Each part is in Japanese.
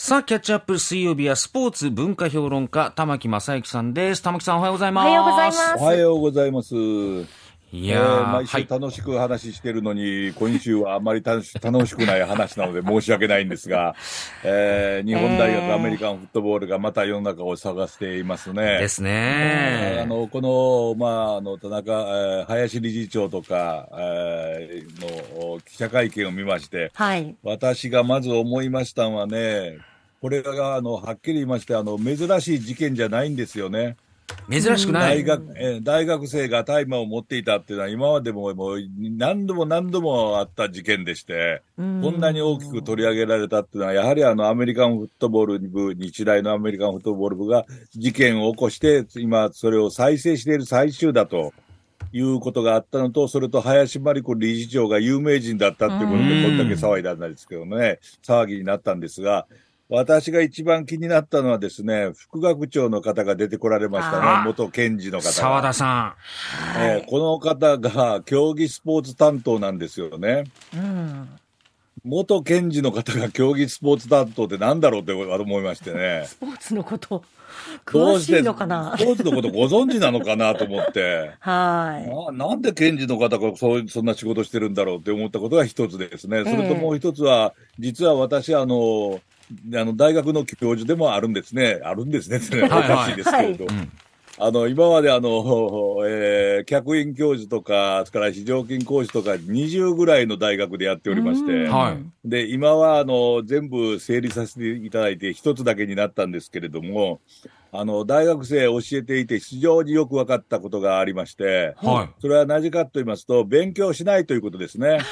さあ、キャッチアップ水曜日はスポーツ文化評論家、玉木正之さんです。玉木さん、おはようございます。 おはようございます。 おはようございます。 いやー、 毎週楽しく話してるのに、今週はあまり楽しくない話なので申し訳ないんですが、日本大学アメリカンフットボールがまた世の中を探していますね。 ですね。 この、田中、林理事長とか、の記者会見を見まして、 はい、 私がまず思いましたのはね、これがはっきり言いまして、珍しい事件じゃないんですよね。 珍しくない。 大学生が大麻を持っていたっていうのは今までも何度もあった事件でして、こんなに大きく取り上げられたっていうのは、やはりアメリカンフットボール部、日大のアメリカンフットボール部が事件を起こして、今それを再生している最中だということがあったのと、それと林真理子理事長が有名人だったっていうことで、こんだけ騒いだんですけどね、騒ぎになったんですが、私が一番気になったのはですね、副学長の方が出てこられましたね、元検事の方が。 澤田さん。この方が競技スポーツ担当なんですよね。元検事の方が競技スポーツ担当ってなんだろうって思いましてね。 スポーツのこと詳しいのかな。 スポーツのことご存知なのかなと思って。なんで検事の方がそんな仕事してるんだろうって思ったことが一つですね。それともう一つは、実は私大学の教授でもあるんですね。おかしいですけれど。今まで客員教授とか、それから非常勤講師とか20ぐらいの大学でやっておりまして、で、今は全部整理させていただいて一つだけになったんですけれども、大学生教えていて非常によく分かったことがありまして、それはなぜかと言いますと、勉強しないということですね。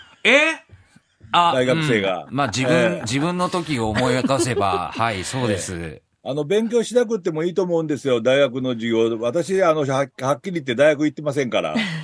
大学生が。 まあ自分の時を思い起こせば、はい、そうです。 勉強しなくてもいいと思うんですよ、大学の授業。私、はっきり言って大学行ってませんから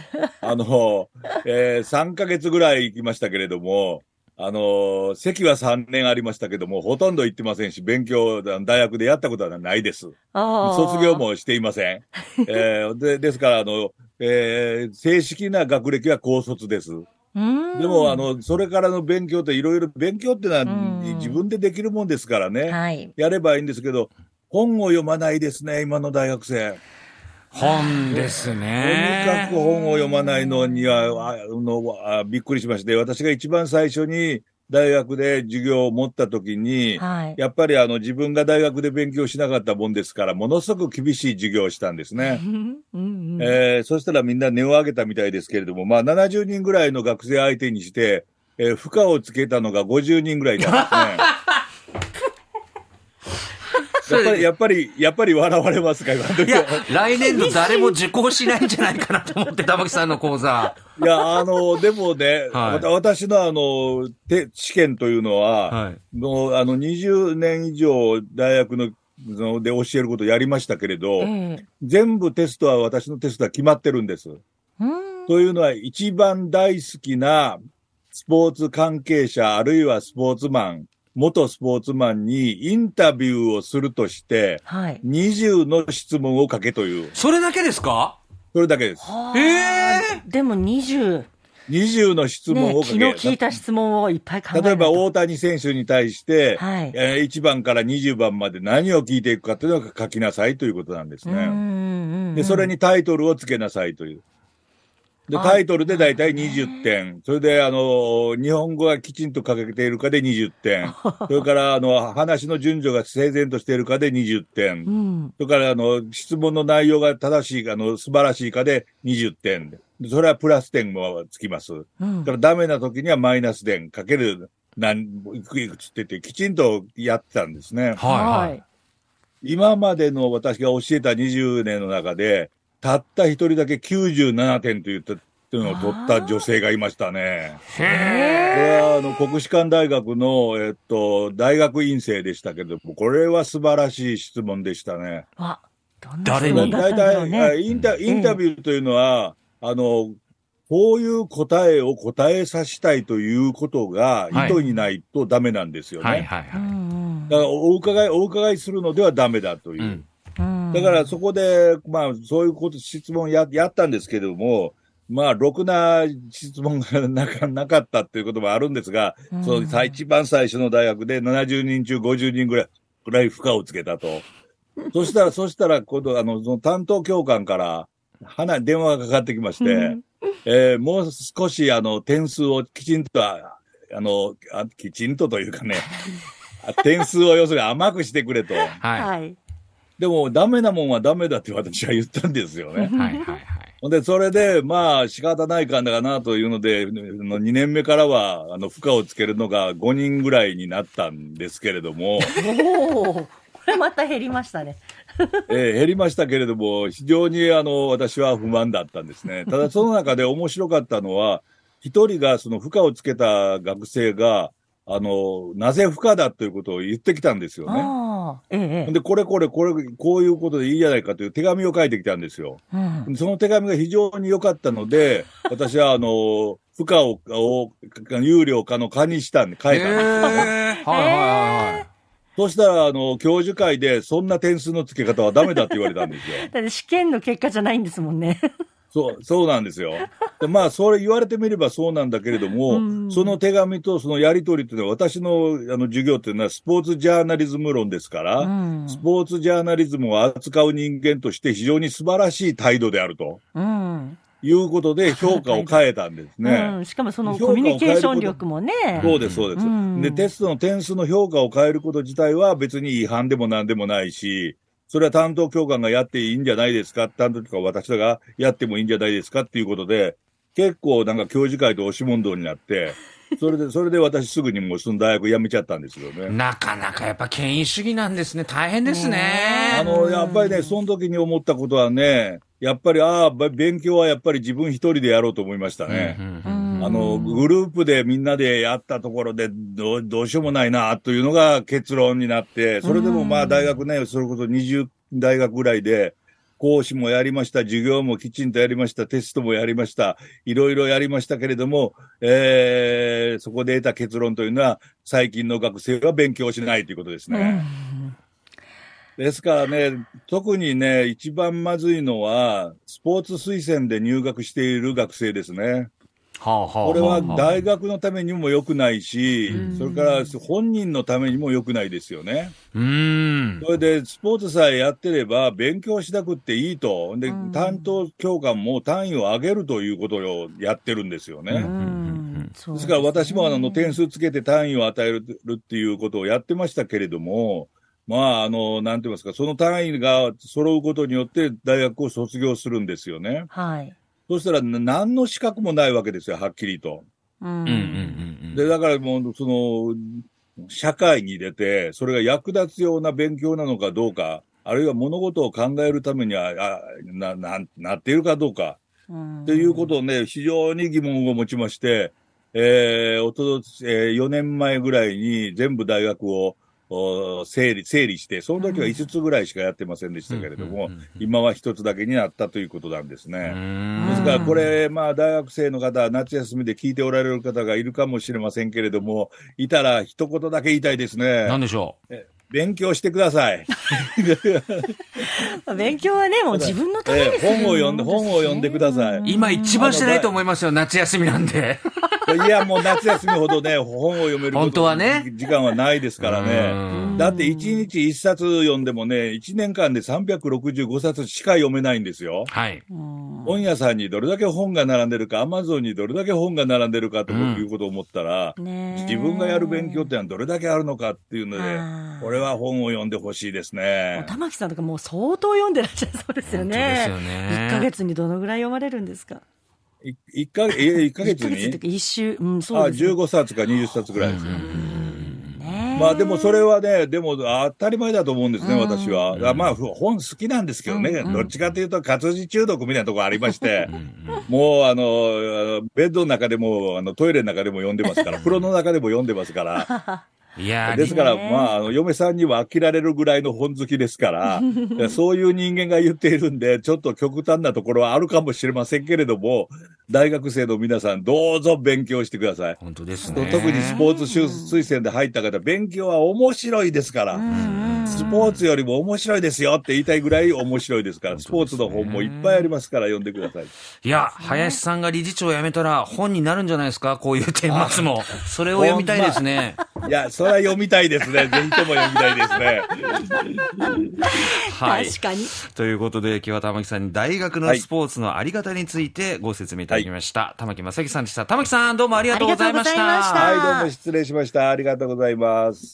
。3ヶ月ぐらい行きましたけれども、席は3年ありましたけども、ほとんど行ってませんし、勉強、大学でやったことはないです。卒業もしていません。ですから、正式な学歴は高卒です。でも、それからの勉強っていろいろ、勉強ってのは自分でできるもんですからね。やればいいんですけど、本を読まないですね、今の大学生。 本ですね。 とにかく本を読まないのには、びっくりしまして、私が一番最初に大学で授業を持った時に、やっぱり自分が大学で勉強しなかったもんですから、ものすごく厳しい授業をしたんですね。そしたらみんな値を上げたみたいですけれども、まあ70人ぐらいの学生相手にして、負荷をつけたのが50人ぐらいなんですね。やっぱり笑われますか、今の時は。 いや、来年度誰も受講しないんじゃないかなと思って、玉木さんの講座。 いや、でもね、私の試験というのは、20年以上大学で教えることをやりましたけれど、全部私のテストは決まってるんです。というのは、一番大好きなスポーツ関係者、あるいはスポーツマン、元スポーツマンにインタビューをするとして、20の質問をかけという。 それだけですか？ それだけです。 でも20 の質問をかけ、 昨日聞いた質問をいっぱい考え例えば大谷選手に対して、1番から20番まで何を聞いていくかというのを書きなさいということなんですね。で、それにタイトルをつけなさいという。で、タイトルでだいたい20点。それで、日本語がきちんと書けているかで20点。それから、話の順序が整然としているかで20点。それから、質問の内容が正しいか、素晴らしいかで20点。それはプラス点もつきます。だからダメな時にはマイナス点かけるいくつって言ってきちんとやってたんですね。今までの私が教えた20年の中で、たった一人だけ97点というのを取った女性がいましたね。これは国士舘大学の、大学院生でしたけども、これは素晴らしい質問でしたね。 誰に？ 大体、インタビューというのは、こういう答えを答えさせたいということが意図にないとダメなんですよね。だからお伺いするのではダメだという。だからそこで、まあ、そういう質問やったんですけれども、 まあ、ろくな質問がなかったっていうこともあるんですが、その一番最初の大学で70人中50人ぐらい負荷をつけたと。そしたら、今度、その担当教官から、電話がかかってきまして、もう少し、点数をきちんと、きちんとというかね、点数を要するに甘くしてくれと。 はい。 でも、ダメなもんはダメだって私は言ったんですよね。 はいはいはい。 で、それで、まあ、仕方ないかんだかなというので、2年目からは、負荷をつけるのが5人ぐらいになったんですけれども。 おー、これまた減りましたね。 減りましたけれども、非常に私は不満だったんですね。ただその中で面白かったのは、一人がその負荷をつけた学生が、なぜ負荷だということを言ってきたんですよね。で、こういうことでいいじゃないかという手紙を書いてきたんですよ。その手紙が非常に良かったので、私は負荷を有料化の化にしたんで、書いたんですよね。 はいはいはい。 そしたら、教授会で、そんな点数の付け方はダメだって言われたんですよ。 だって試験の結果じゃないんですもんね。 そうなんですよ。まあ、それ言われてみればそうなんだけれども、その手紙とそのやりとりっていうのは、私の授業っていうのはスポーツジャーナリズム論ですから、スポーツジャーナリズムを扱う人間として非常に素晴らしい態度であると。いうことで評価を変えたんですね。 しかもそのコミュニケーション力もね。 そうです、そうです。で、テストの点数の評価を変えること自体は別に違反でも何でもないし、それは担当教官がやっていいんじゃないですか、担当とか私がやってもいいんじゃないですかっていうことで、結構なんか教授会と押し問答になって、それで私すぐにもうその大学辞めちゃったんですよね。 なかなかやっぱ権威主義なんですね。大変ですね。 やっぱりね、その時に思ったことはね、やっぱり、勉強はやっぱり自分一人でやろうと思いましたね。グループでみんなでやったところでどうしようもないな、というのが結論になって、それでもまあ大学ね、それこそ20大学ぐらいで、講師もやりました、授業もきちんとやりました、テストもやりました、いろいろやりましたけれども、そこで得た結論というのは、最近の学生は勉強しないということですね。ですからね、特にね、一番まずいのは、スポーツ推薦で入学している学生ですね。これは大学のためにも良くないし、それから本人のためにも良くないですよね。それでスポーツさえやってれば勉強しなくっていいと。で、担当教官も単位を上げるということをやってるんですよね。ですから私も点数つけて単位を与えるっていうことをやってましたけれども、まあ、なんて言いますか、その単位が揃うことによって大学を卒業するんですよね。 はい。 そしたら何の資格もないわけですよ、はっきりと。で、だからもう、社会に出て、それが役立つような勉強なのかどうか、あるいは物事を考えるためには、なっているかどうか、っていうことをね、非常に疑問を持ちまして、4年前ぐらいに全部大学を整理して、その時は5つぐらいしかやってませんでしたけれども、今は1つだけになったということなんですね。ですからこれ、まあ大学生の方、夏休みで聞いておられる方がいるかもしれませんけれども、いたら一言だけ言いたいですね。 何でしょう？ 勉強してください。 勉強はね、もう自分のためですよね。 本を読んでください。 今一番してないと思いますよ、夏休みなんで。 いや、もう夏休みほどね、本を読める本当はね、 時間はないですからね。だって1日1冊読んでもね、1年間で365冊しか読めないんですよ。 はい。 本屋さんにどれだけ本が並んでるか、アマゾンにどれだけ本が並んでるかということを思ったら、自分がやる勉強ってのはどれだけあるのかっていうので、これは本を読んでほしいですね。 玉木さんとかもう相当読んでらっしゃるそうですよね。 そうですよね。 1ヶ月にどのぐらい読まれるんですか ？1ヶ月に ?1 ヶ月って1週、 そうですね。15冊か20冊ぐらいですね。まあでもそれはね、でも当たり前だと思うんですね、私は。まあ本好きなんですけどね、どっちかというと活字中毒みたいなところありまして、もうベッドの中でもトイレの中でも読んでますから、風呂の中でも読んでますから。いやですから、まあ、嫁さんには飽きられるぐらいの本好きですから、そういう人間が言っているんで、ちょっと極端なところはあるかもしれませんけれども、大学生の皆さん、どうぞ勉強してください。 本当ですね。 特にスポーツ推薦で入った方、勉強は面白いですから。 スポーツよりも面白いですよって言いたいぐらい面白いですから、スポーツの本もいっぱいありますから読んでください。 いや、林さんが理事長を辞めたら本になるんじゃないですか、こういう顛末も。それを読みたいですね。 いや、それは読みたいですね。ぜひとも読みたいですね。 はい。 確かに。 ということで、今日は玉木さんに大学のスポーツのあり方についてご説明いただきました。はい、玉木正樹さんでした。玉木さん、どうもありがとうございました。 はい、どうも失礼しました。ありがとうございます。